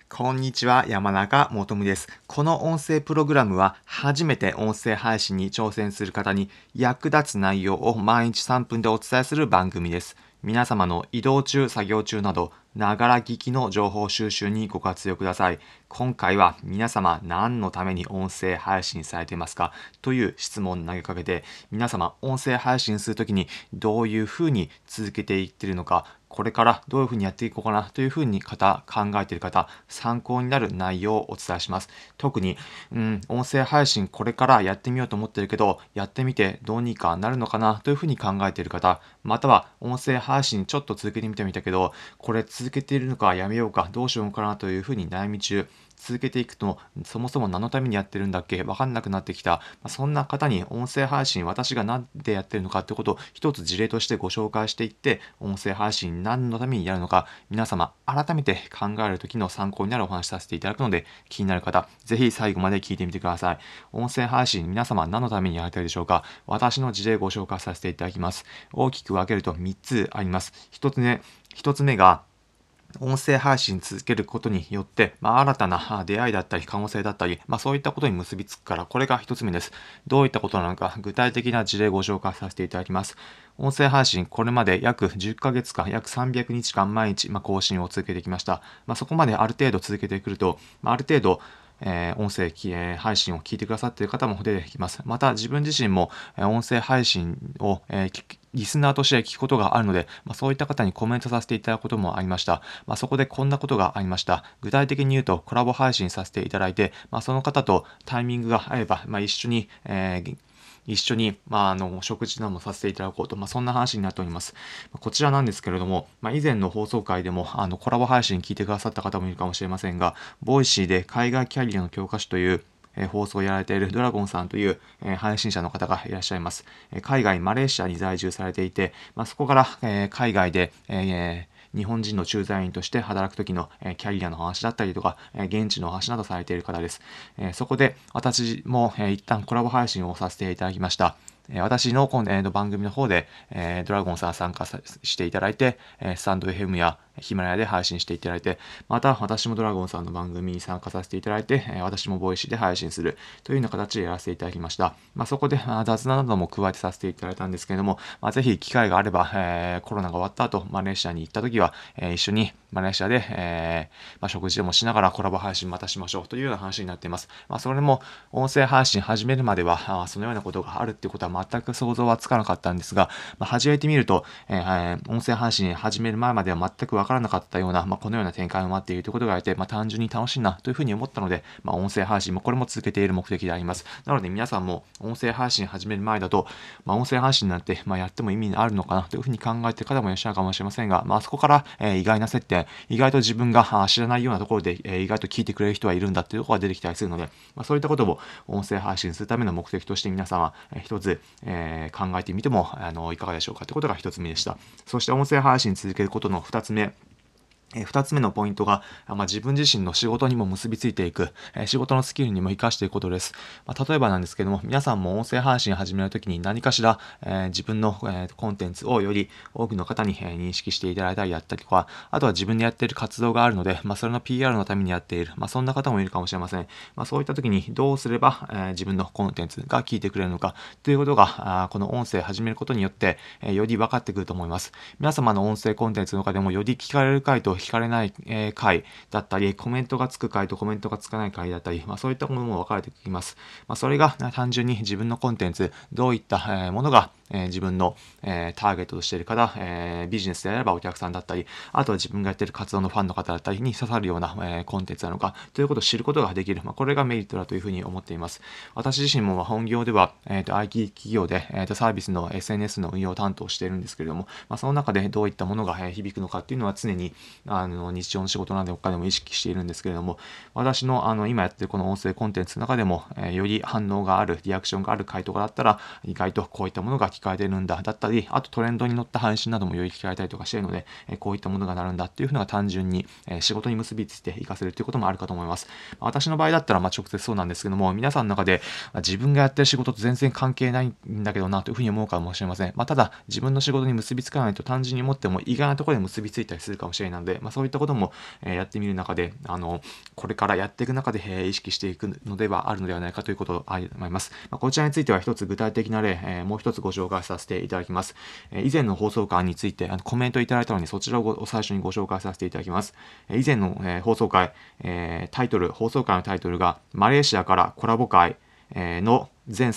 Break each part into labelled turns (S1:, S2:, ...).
S1: こんにちは、山中もとむです。この音声プログラムは、初めて音声配信に挑戦する方に役立つ内容を毎日3分でお伝えする番組です。皆様の移動中、作業中など、ながら聞きの情報収集にご活用ください。今回は皆様何のために音声配信されていますかという質問を投げかけて、皆様音声配信するときにどういうふうに続けていっているのか、これからどういうふうにやっていこうかなというふうに考えている方、参考になる内容をお伝えします。特に、音声配信これからやってみようと思ってるけど、やってみてどうにかなるのかなというふうに考えている方、または音声配信ちょっと続けてみてみたけど、これ続けているのかやめようかどうしようかなというふうに悩み中、続けていくと、そもそも何のためにやってるんだっけわかんなくなってきた。そんな方に音声配信、私が何でやってるのかということを一つ事例としてご紹介していって、音声配信何のためにやるのか、皆様改めて考える時の参考になるお話しさせていただくので、気になる方、ぜひ最後まで聞いてみてください。音声配信、皆様何のためにやりたいでしょうか？私の事例をご紹介させていただきます。大きく分けると3つあります。1つ目が、音声配信続けることによって、新たな出会いだったり可能性だったり、そういったことに結びつくから、これが一つ目です。どういったことなのか、具体的な事例をご紹介させていただきます。音声配信、これまで約10ヶ月間、約300日間毎日、更新を続けてきました。そこまである程度続けてくると、ある程度、音声、配信を聞いてくださっている方も出てきます。また自分自身も音声配信をリスナーとして聞くことがあるので、そういった方にコメントさせていただくこともありました。そこでこんなことがありました。具体的に言うとコラボ配信させていただいて、その方とタイミングが合えば、一緒に、食事などもさせていただこうと、そんな話になっております。こちらなんですけれども、以前の放送回でも、コラボ配信聞いてくださった方もいるかもしれませんが、ボイシーで海外キャリアの教科書という放送をやられているドラゴンさんという配信者の方がいらっしゃいます。海外マレーシアに在住されていて、そこから海外で日本人の駐在員として働く時のキャリアの話だったりとか、現地の話などされている方です。そこで私も一旦コラボ配信をさせていただきました。私の番組の方でドラゴンさん参加していただいて、スタンド FM やヒマラヤで配信していただいて、また私もドラゴンさんの番組に参加させていただいて、私もボイシーで配信するというような形でやらせていただきました。そこで雑談なども加えてさせていただいたんですけれども、ぜひ機会があれば、コロナが終わった後、マレーシアに行った時は、一緒にマレーシアで、食事でもしながらコラボ配信またしましょうというような話になっています。それも音声配信始めるまでは、そのようなことがあるっていうことは全く想像はつかなかったんですが、始めてみると、音声配信始める前までは全くわからなかったような、このような展開を待っているということがあって、単純に楽しいなというふうに思ったので、音声配信もこれも続けている目的であります。なので皆さんも音声配信始める前だと、音声配信なんて、やっても意味あるのかなというふうに考えている方もいらっしゃるかもしれませんが、そこから、意外な接点、意外と自分が知らないようなところで、意外と聞いてくれる人はいるんだっていうところが出てきたりするので、そういったことも音声配信するための目的として皆様、一つ、考えてみてもいかがでしょうかということが一つ目でした。そして音声配信続けることの二つ目。二つ目のポイントが、自分自身の仕事にも結びついていく、仕事のスキルにも活かしていくことです。例えばなんですけども、皆さんも音声配信始めるときに何かしら、自分の、コンテンツをより多くの方に、認識していただいたりだったりとか、あとは自分でやっている活動があるので、それの PR のためにやっている、そんな方もいるかもしれません。そういったときにどうすれば、自分のコンテンツが聞いてくれるのかということが、この音声始めることによって、より分かってくると思います。皆様の音声コンテンツの中でもより聞かれる回と聞かれない、回だったり、コメントがつく回とコメントがつかない回だったり、そういったものも分かれてきます。それが単純に自分のコンテンツ、どういった、ものが自分の、ターゲットとしている方、ビジネスであればお客さんだったり、あとは自分がやっている活動のファンの方だったりに刺さるような、コンテンツなのかということを知ることができる。これがメリットだというふうに思っています。私自身も本業では、IT 企業で、サービスの SNS の運用を担当しているんですけれども、その中でどういったものが、響くのかっていうのは常に日常の仕事など他でも意識しているんですけれども、私の今やっているこの音声コンテンツの中でも、より反応がある、リアクションがある回答があったら、意外とこういったものが聞聞かれてるんだだったり、あとトレンドに乗った配信などもより聞かれたりとかしているので、こういったものがなるんだっていうのが単純に仕事に結びついて活かせるということもあるかと思います。私の場合だったら直接そうなんですけども、皆さんの中で自分がやってる仕事と全然関係ないんだけどなというふうに思うかもしれません。ただ自分の仕事に結びつかないと単純に思っても意外なところで結びついたりするかもしれないので、そういったこともやってみる中でこれからやっていく中で意識していくのではあるのではないかということを思います。こちらについては一つ具体的な例、もう一つご紹介させていただきます。以前の放送回についてコメントいただいたので、そちらを最初にご紹介させていただきます。以前の放送回、放送回のタイトルがマレーシアからコラボ会の全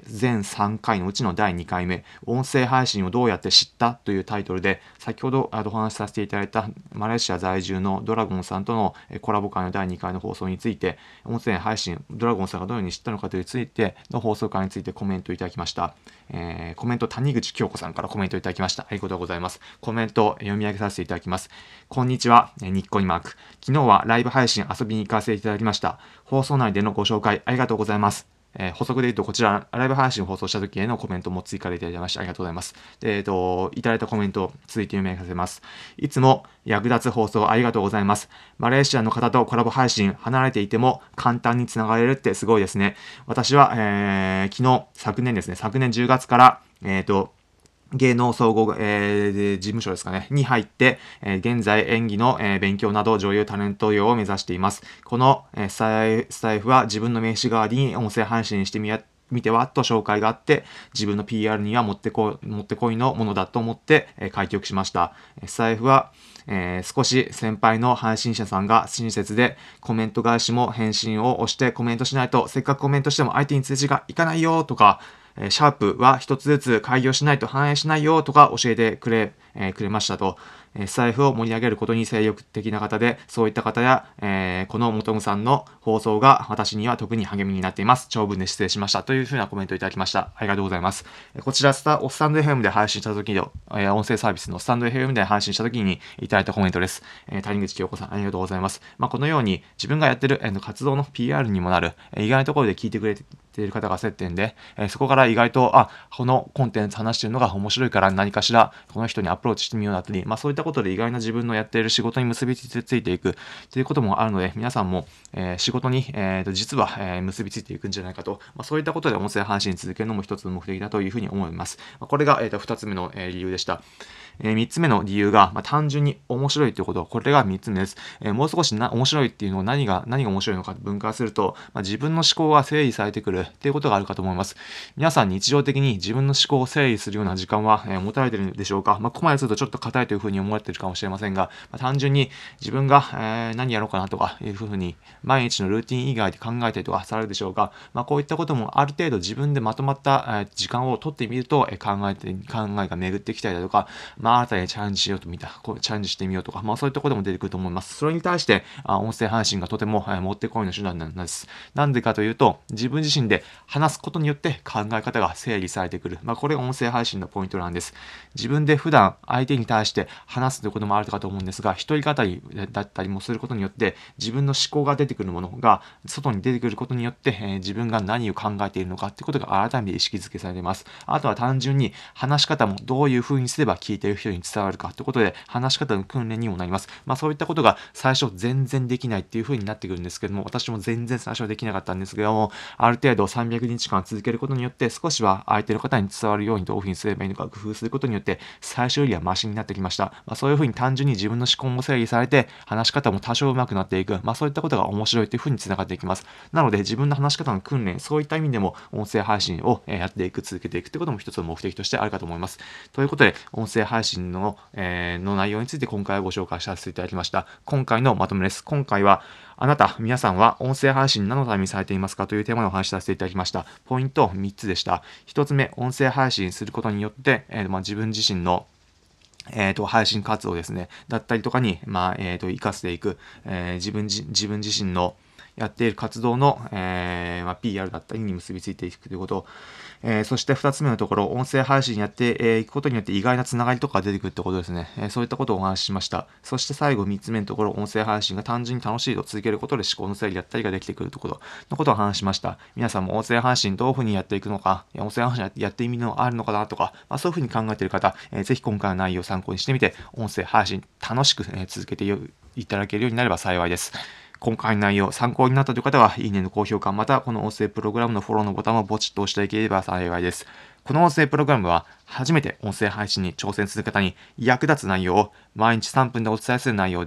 S1: 3回のうちの第2回目、音声配信をどうやって知ったというタイトルで、先ほどお話しさせていただいたマレーシア在住のドラゴンさんとのコラボ会の第2回の放送について、音声配信、ドラゴンさんがどのように知ったのかというついての放送回についてコメントいただきました。コメント、谷口京子さんからコメントいただきました。ありがとうございます。コメント読み上げさせていただきます。こんにちは、ニッコニマーク。昨日はライブ配信遊びに行かせていただきました。放送内でのご紹介ありがとうございます。補足で言うと、こちら、ライブ配信を放送した時へのコメントも追加でいただきまして、ありがとうございます。で、いただいたコメント、続いて読み上げさせます。いつも役立つ放送ありがとうございます。マレーシアの方とコラボ配信、離れていても簡単につながれるってすごいですね。私は、昨年10月から、芸能総合、事務所ですかね、に入って、現在演技の、勉強など女優タレント業を目指しています。この、スタイフは自分の名刺代わりに音声配信して見てはと紹介があって、自分の PR にはもってこいのものだと思って、開局しました。スタイフは、少し先輩の配信者さんが親切でコメント返しも返信を押してコメントしないとせっかくコメントしても相手に通知がいかないよとか、シャープは一つずつ開業しないと反映しないよとか教えてくれましたと。財布を盛り上げることに精力的な方で、そういった方や、この元夢さんの放送が私には特に励みになっています。長文で失礼しましたというふうなコメントをいただきました。ありがとうございます。こちらスタンド FM で配信した時の、音声サービスのスタンド FM で配信した時にいただいたコメントです。谷口京子さんありがとうございます。このように自分がやってる、活動の PR にもなる、意外なところで聞いてくれている方が接点で、そこから意外とこのコンテンツ話してるのが面白いから何かしらこの人にアプローチしてみようだったり、そういったことで意外な自分のやっている仕事に結びついていくということもあるので、皆さんも、仕事に、実は、結びついていくんじゃないかと、そういったことで音声配信続けるのも一つの目的だというふうに思います。これが、2つ目の、理由でした。3つ目の理由が、単純に面白いということ、これが3つ目です。もう少し面白いっていうのを何が面白いのか分解すると、自分の思考が整理されてくるっていうことがあるかと思います。皆さん日常的に自分の思考を整理するような時間は、持たれているでしょうか。ここまでするとちょっと硬いというふうに思われているかもしれませんが、単純に自分が、何やろうかなとかいうふうに毎日のルーティン以外で考えたりとかされるでしょうが、こういったこともある程度自分でまとまった、時間を取ってみると、考えが巡ってきたりだとか、新たにチャレンジしようとチャレンジしてみようとか、そういったことも出てくると思います。それに対して、音声配信がとても、もってこいの手段なんです。なんでかというと、自分自身で話すことによって考え方が整理されてくる。これが音声配信のポイントなんです。自分で普段相手に対して話すということもあるかと思うんですが、一人語りだったりもすることによって、自分の思考が出てくるものが外に出てくることによって、自分が何を考えているのかということが改めて意識づけされています。あとは単純に話し方もどういうふうにすれば聞いている人に伝わるかということで、話し方の訓練にもなります。そういったことが最初全然できないっていうふうになってくるんですけども、私も全然最初はできなかったんですけども、ある程度300日間続けることによって少しは相手の方に伝わるようにどういうふうにすればいいのか工夫することによって最初よりはマシになってきました。そういうふうに単純に自分の思考も整理されて話し方も多少上手くなっていく、そういったことが面白いというふうにつながっていきます。なので自分の話し方の訓練、そういった意味でも音声配信をやっていく、続けていくということも一つの目的としてあるかと思います。ということで音声配信の内容について今回はご紹介させていただきました。今回のまとめです。今回は皆さんは音声配信何のためにされていますかというテーマでお話しさせていただきました。ポイント3つでした。1つ目、音声配信することによって、自分自身の配信活動ですね。だったりとかに、活かしていく、自分自身のやっている活動の、PR だったりに結びついていくということ。そして2つ目のところ、音声配信やっていくことによって意外なつながりとか出てくるってことですね。そういったことをお話ししました。そして最後3つ目のところ、音声配信が単純に楽しいと続けることで思考の整理だったりができてくるということのことを話しました。皆さんも音声配信どういうふうにやっていくのか、音声配信やって意味のあるのかなとか、そういうふうに考えている方、ぜひ今回の内容を参考にしてみて、音声配信楽しく、続けていただけるようになれば幸いです。今回の内容、参考になったという方は、いいねの高評価、またこの音声プログラムのフォローのボタンをポチッと押していただければ幸いです。この音声プログラムは、初めて音声配信に挑戦する方に役立つ内容を毎日3分でお伝えする内容